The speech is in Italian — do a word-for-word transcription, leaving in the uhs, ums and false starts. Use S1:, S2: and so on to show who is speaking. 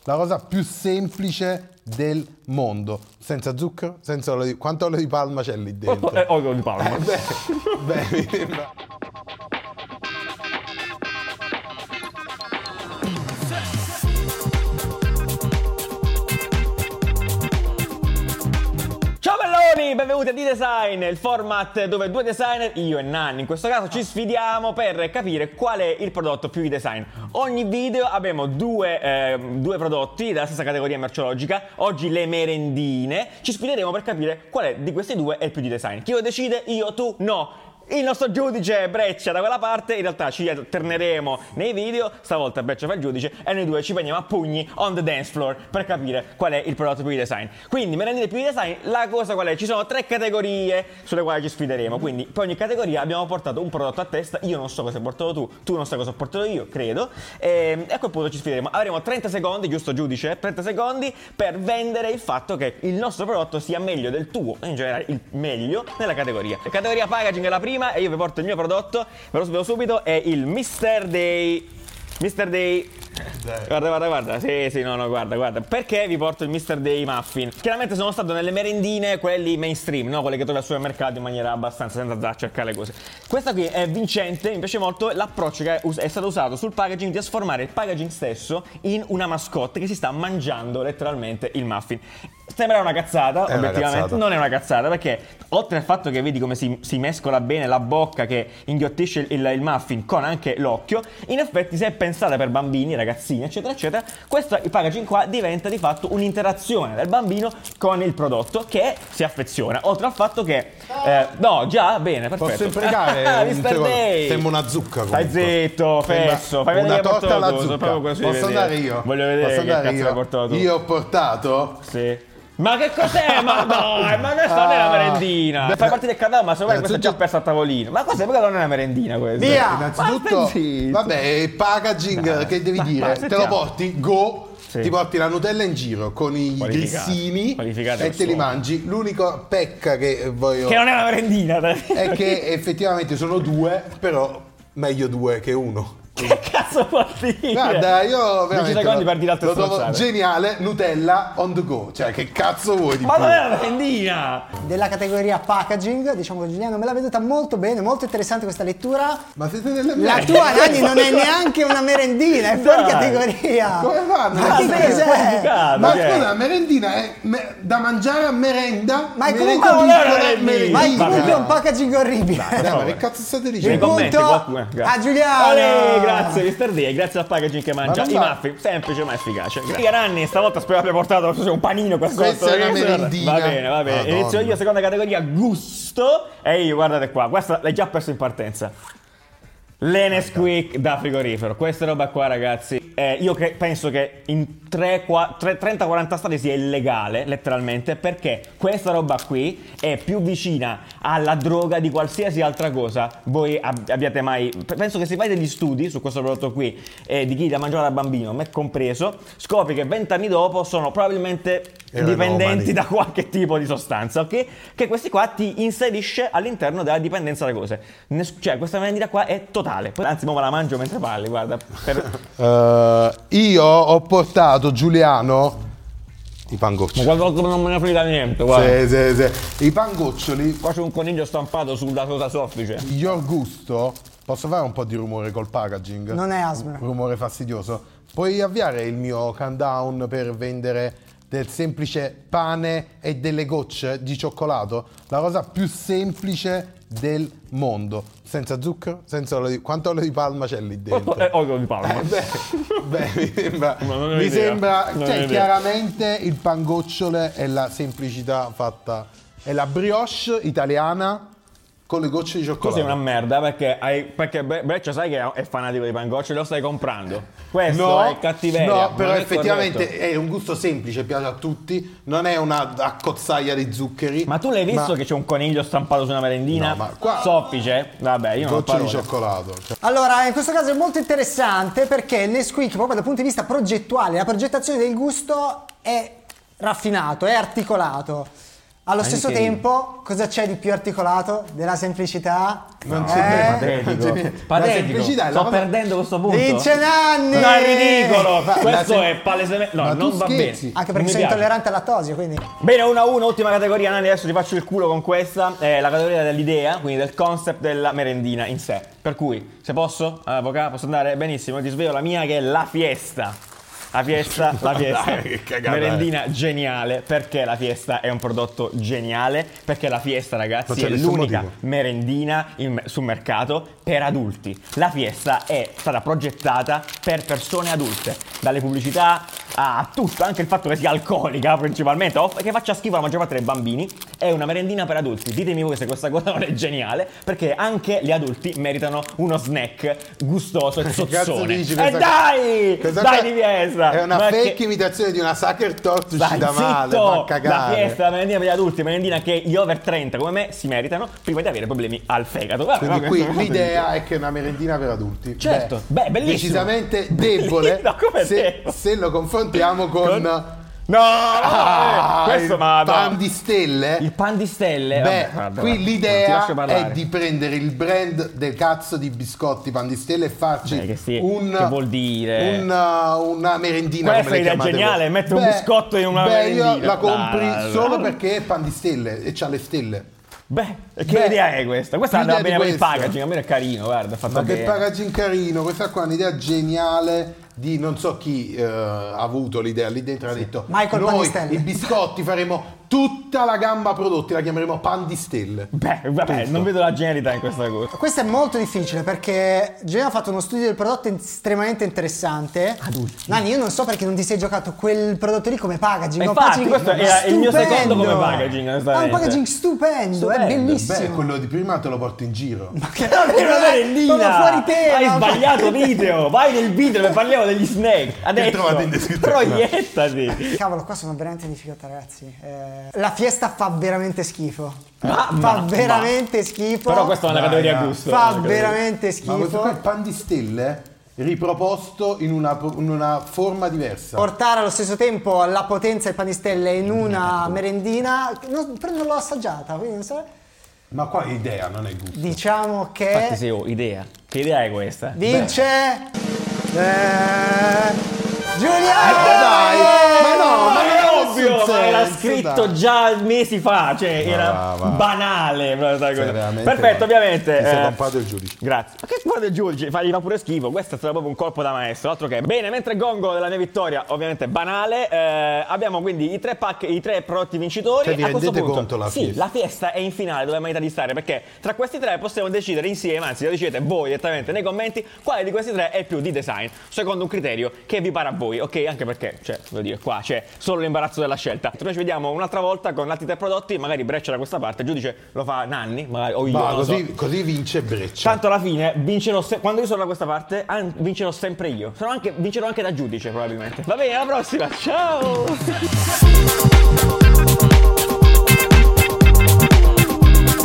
S1: La cosa più semplice del mondo. Senza zucchero, senza olio di... Quanto olio di palma c'è lì dentro?
S2: Eh, olio di palma.
S1: Eh, beh, beh, mi sembra...
S2: Benvenuti a D-Design, il format dove due designer, io e Nanni, in questo caso ci sfidiamo per capire qual è il prodotto più e-design. Ogni video abbiamo due, eh, due prodotti della stessa categoria merceologica. Oggi le merendine. Ci sfideremo per capire qual è di questi due è il più di design. Chi lo decide? Io, tu? No! Il nostro giudice Breccia da quella parte, in realtà ci alterneremo nei video, stavolta Breccia fa il giudice e noi due ci prendiamo a pugni on the dance floor per capire qual è il prodotto più di design. Quindi, merendine più di design, la cosa qual è? Ci sono tre categorie sulle quali ci sfideremo, quindi per ogni categoria abbiamo portato un prodotto a testa, io non so cosa hai portato tu, tu non sai cosa ho portato io, credo, e a quel punto ci sfideremo. Avremo trenta secondi, giusto giudice? trenta secondi per vendere il fatto che il nostro prodotto sia meglio del tuo, in generale il meglio nella categoria. La categoria packaging è la prima e io vi porto il mio prodotto, ve lo svelo subito, è il mister Day. mister Day. Guarda, guarda, guarda. Sì, sì, no, no, guarda, guarda. Perché vi porto il mister Day Muffin? Chiaramente sono stato nelle merendine, quelli mainstream, no? Quelle che trovi al supermercato in maniera abbastanza senza andare a cercare le cose. Questa qui è vincente, mi piace molto l'approccio che è stato usato sul packaging di trasformare il packaging stesso in una mascotte che si sta mangiando letteralmente il muffin. Sembra una cazzata,
S1: è
S2: obiettivamente,
S1: una cazzata.
S2: Non è una cazzata, perché oltre al fatto che vedi come si, si mescola bene la bocca che inghiottisce il, il muffin con anche l'occhio, in effetti se è pensata per bambini, ragazzini, eccetera, eccetera, questo il packaging qua diventa di fatto un'interazione del bambino con il prodotto che si affeziona, oltre al fatto che... Eh, no, già, bene, perfetto.
S1: Posso imprecare?
S2: mister Day!
S1: Sembra una zucca comunque.
S2: Stai zitto, fesso, fai vedere
S1: una
S2: che
S1: torta alla
S2: tu,
S1: zucca.
S2: così
S1: Posso
S2: vedere.
S1: andare io?
S2: Voglio vedere
S1: Posso
S2: che
S1: andare
S2: cazzo
S1: io?
S2: hai portato tu.
S1: Io ho portato...
S2: Sì. Ma che cos'è? Ma dai, ma questa non è una merendina. Beh, fai parte del canale, ma secondo me questa è già persa a tavolino. Ma cos'è? Perché non è una merendina questa?
S1: Via! Innanzitutto, vabbè, il packaging, dai, che devi dai, dire? Dai, te lo porti, go, sì. Ti porti la Nutella in giro con i grissini e te li mangi. L'unico pecca che voglio...
S2: Che non è una merendina.
S1: È che effettivamente sono due, però meglio due che uno.
S2: Che cazzo vuol dire?
S1: Guarda, io veramente
S2: secondi per dire altre
S1: lo trovo
S2: stronzate.
S1: Geniale, Nutella on the go. Cioè, che cazzo vuoi di
S2: Ma
S1: più?
S2: non è una merendina!
S3: Della categoria packaging, diciamo che Giuliano me l'ha veduta molto bene, molto interessante questa lettura.
S1: Ma siete delle
S3: La tua, Nanni, non è neanche una merendina, è fuori categoria.
S1: Come fanno?
S3: Ma che cos'è?
S1: Ma scusa, la merendina è me- da mangiare a merenda?
S3: Ma è
S1: merenda
S3: comunque,
S1: piccola, merenda.
S3: ma è comunque un packaging orribile.
S1: Dai, dai, ma che cazzo state
S2: Nei
S1: dicendo?
S2: commenti qualcuno.
S3: A Giuliano!
S2: Olè, grazie mister D, grazie al packaging che mangia
S1: Ma
S2: i
S1: va-
S2: muffin, semplice ma efficace. Grazie Nanni, stavolta spero abbia portato un panino qua sotto.
S1: Questa è una merendina.
S2: Va bene, va bene.
S1: Madonna.
S2: Inizio io, seconda categoria, gusto. E io, guardate qua, questa l'hai già perso in partenza. Le Nesquik da frigorifero, questa roba qua ragazzi, eh, io che penso che in trenta quaranta stati sia illegale letteralmente, perché questa roba qui è più vicina alla droga di qualsiasi altra cosa voi ab- abbiate mai, penso che se fai degli studi su questo prodotto qui eh, di chi da mangiare da bambino, me compreso, scopri che vent'anni dopo sono probabilmente
S1: Erano
S2: dipendenti
S1: umani.
S2: da qualche tipo di sostanza, ok? Che questi qua ti inserisce all'interno della dipendenza dalle cose. Nes- cioè questa merendina qua è totale. Anzi, mo me la mangio mentre parli, guarda. Per...
S1: Uh, io ho portato, Giuliano, i pangoccioli.
S2: Ma guarda, non me ne frega niente, guarda.
S1: Sì, sì, sì. I pangoccioli,
S2: Qua c'è un coniglio stampato sulla cosa soffice.
S1: miglior gusto. Posso fare un po' di rumore col packaging?
S3: Non è asma.
S1: Rumore fastidioso. Puoi avviare il mio countdown per vendere del semplice pane e delle gocce di cioccolato? La cosa più semplice del mondo. Senza zucchero, senza olio di... Quanto olio di palma c'è lì dentro?
S2: Eh, olio di palma.
S1: Eh, beh, beh, mi sembra,
S2: Ma non ne ho
S1: mi
S2: idea.
S1: sembra
S2: Non ne ho
S1: cioè
S2: idea.
S1: chiaramente il pangocciole è la semplicità fatta, è la brioche italiana con le gocce di
S2: Tu
S1: cioccolato.
S2: sei una merda perché hai, perché Bre- Breccia sai che è fanatico dei pangoccioli, lo stai comprando. Questo
S1: No,
S2: è cattiveria.
S1: no,
S2: non
S1: però
S2: è
S1: effettivamente
S2: corretto.
S1: è un gusto semplice, piace a tutti, non è una accozzaglia di zuccheri.
S2: Ma tu l'hai visto
S1: ma
S2: che c'è un coniglio stampato su una merendina?
S1: No, ma qua-
S2: Soffice? Vabbè, io non ho
S1: gocce di
S2: parole.
S1: cioccolato. Cioè,
S3: Allora, in questo caso è molto interessante perché il Nesquik, proprio dal punto di vista progettuale, la progettazione del gusto è raffinato, è articolato. Allo stesso
S2: Anche io.
S3: tempo, cosa c'è di più articolato della semplicità?
S1: Non
S3: Eh?
S1: c'è
S2: Patetico.
S1: non c'è-
S2: Patetico.
S1: La semplicità è la
S2: Sto
S1: cosa-
S2: perdendo questo punto.
S3: Vince Nanni!
S2: No, è ridicolo.
S1: Ma-
S2: Questo
S1: la sem-
S2: è palesemente. No,
S1: Ma tu
S2: non va
S1: scherzi?
S2: bene.
S3: Anche
S2: Non
S3: perché
S2: mi
S3: sono
S2: piace.
S3: intollerante al lattosio, quindi...
S2: Bene, uno a uno, ultima categoria, Nanni, adesso ti faccio il culo con questa, è la categoria dell'idea, quindi del concept della merendina in sé. Per cui, se posso, avvocato, posso andare? Benissimo, ti svelo la mia che è la fiesta. La fiesta, la fiesta,
S1: Dai, che cagata
S2: merendina geniale. Perché la fiesta è un prodotto geniale? Perché la fiesta,
S1: Non
S2: ragazzi,
S1: c'è
S2: è
S1: nessun
S2: l'unica
S1: motivo.
S2: merendina in- sul mercato per adulti. La fiesta è stata progettata per persone adulte, dalle pubblicità a, a tutto, anche il fatto che sia alcolica principalmente, o che faccia schifo alla maggior parte dei bambini. È una merendina per adulti. Ditemi voi se questa cosa non è geniale, perché anche gli adulti meritano uno snack gustoso e
S1: Che cazzo
S2: zozzone.
S1: dici?
S2: E
S1: Questa-
S2: dai!
S1: questa
S2: Dai
S1: qua
S2: di fiesta!
S1: È una
S2: Ma
S1: fake
S2: che-
S1: imitazione di una Sucker Torch
S2: Dai,
S1: uscita male,
S2: zitto!
S1: fa cagare.
S2: La fiesta, la merendina per gli adulti, merendina che gli over trenta come me si meritano prima di avere problemi al fegato. Vabbè,
S1: Quindi
S2: vabbè,
S1: qui
S2: vabbè.
S1: l'idea è che è una merendina per adulti.
S2: Certo, beh, bellissimo.
S1: Decisamente debole
S2: No, come
S1: se,
S2: debole?
S1: se lo confrontiamo con,
S2: Con- No,
S1: Ah,
S2: eh, questo
S1: il
S2: ma no.
S1: pan di stelle.
S2: Il pan di stelle.
S1: Beh,
S2: vabbè, guarda,
S1: qui
S2: guarda, ti
S1: l'idea
S2: lascio parlare.
S1: è di prendere il brand del cazzo di biscotti pan di stelle e farci
S2: Beh, che sì,
S1: un,
S2: che vuol dire?
S1: una, una merendina.
S2: Questa
S1: come le
S2: è un'idea
S1: chiamate
S2: geniale,
S1: voi.
S2: mettere un biscotto in una
S1: beh,
S2: merendina.
S1: io la compri
S2: Dai,
S1: solo
S2: dai.
S1: perché è pan di stelle e c'ha le stelle.
S2: Beh, che
S1: Beh,
S2: idea è questa? Questa
S1: l'idea
S2: andava bene
S1: di
S2: per il
S1: questo.
S2: packaging, a me è carino, guarda, è fatto
S1: Ma che
S2: bene.
S1: packaging carino, questa qua è un'idea geniale di non so chi eh, ha avuto l'idea lì dentro, ha detto
S3: Michael
S1: noi
S3: Panistelle.
S1: i biscotti faremo tutta la gamma prodotti, la chiameremo pan di stelle.
S2: Beh, vabbè, non vedo la genialità in questa cosa.
S3: Questo è molto difficile perché Gino ha fatto uno studio del prodotto estremamente interessante.
S2: Adulti.
S3: Nani, io non so perché non ti sei giocato quel prodotto lì come packaging.
S2: E
S3: un
S2: infatti,
S3: packaging
S2: questo era il mio
S3: stupendo.
S2: secondo come packaging,
S3: Ha un
S2: onestamente.
S3: packaging stupendo, è
S2: Stupendo.
S3: bellissimo.
S1: Beh, quello di prima te lo porto in giro.
S3: Che
S2: È una merendina!
S3: Proprio fuori tema.
S2: Hai sbagliato video! Vai nel video dove parliamo degli snack! Adesso!
S1: trovate in descrizione.
S2: Proiettati!
S3: Cavolo, qua sono veramente in difficoltà, ragazzi. Eh, la fiesta fa veramente schifo.
S2: Ma-
S3: fa
S2: ma-
S3: veramente schifo.
S2: Però questa è una
S1: Dai,
S2: categoria
S1: dai.
S2: gusto.
S3: fa
S2: Una categoria-
S3: veramente
S1: Ma questo qua è il
S3: schifo.
S1: pan di stelle riproposto in una, in una forma diversa.
S3: Portare allo stesso tempo la potenza del panistelle in una merendina, non, però non l'ho assaggiata, quindi non so.
S1: Ma qua l'idea non è gusto.
S3: Diciamo che
S2: Infatti sì, oh, idea. Che idea è questa?
S3: vince eh, Giuliano!
S1: dai, ma no, ma
S2: è
S1: non
S2: ovvio,
S1: sul
S2: ma era
S1: senso,
S2: scritto
S1: dai.
S2: già mesi fa, cioè era
S1: va, va.
S2: banale. proprio, sai,
S1: Sei
S2: cosa.
S1: veramente-
S2: Perfetto, ovviamente.
S1: Ti sei
S2: eh,
S1: comprato il giudice.
S2: Grazie. Ma che guarda il giudice, fa- gli fa pure schifo. Questo è stato proprio un colpo da maestro. Altro che. Bene, mentre gongo della mia vittoria, ovviamente banale, eh, abbiamo quindi i tre pack, i tre prodotti vincitori.
S1: Cioè, vi
S2: A questo
S1: rendete
S2: punto,
S1: conto la
S2: sì,
S1: fiesta?
S2: la fiesta è in finale, dove merita di stare, perché tra questi tre possiamo decidere insieme, anzi lo decidete voi direttamente nei commenti, quale di questi tre è più di design, secondo un criterio che vi pare a voi, ok? Anche perché, cioè, voglio dire, qua c'è solo l'imbarazzo della scelta. Noi ci vediamo un'altra volta con altri tre prodotti, magari Breccia da questa parte, il giudice lo fa Nanni, magari, o io,
S1: Ma
S2: non lo so.
S1: così, così vince Breccia.
S2: Tanto alla fine vincerò se- quando io sono da questa parte an- vincerò sempre io. Sono anche, vincerò anche da giudice probabilmente. Va bene, alla prossima. Ciao!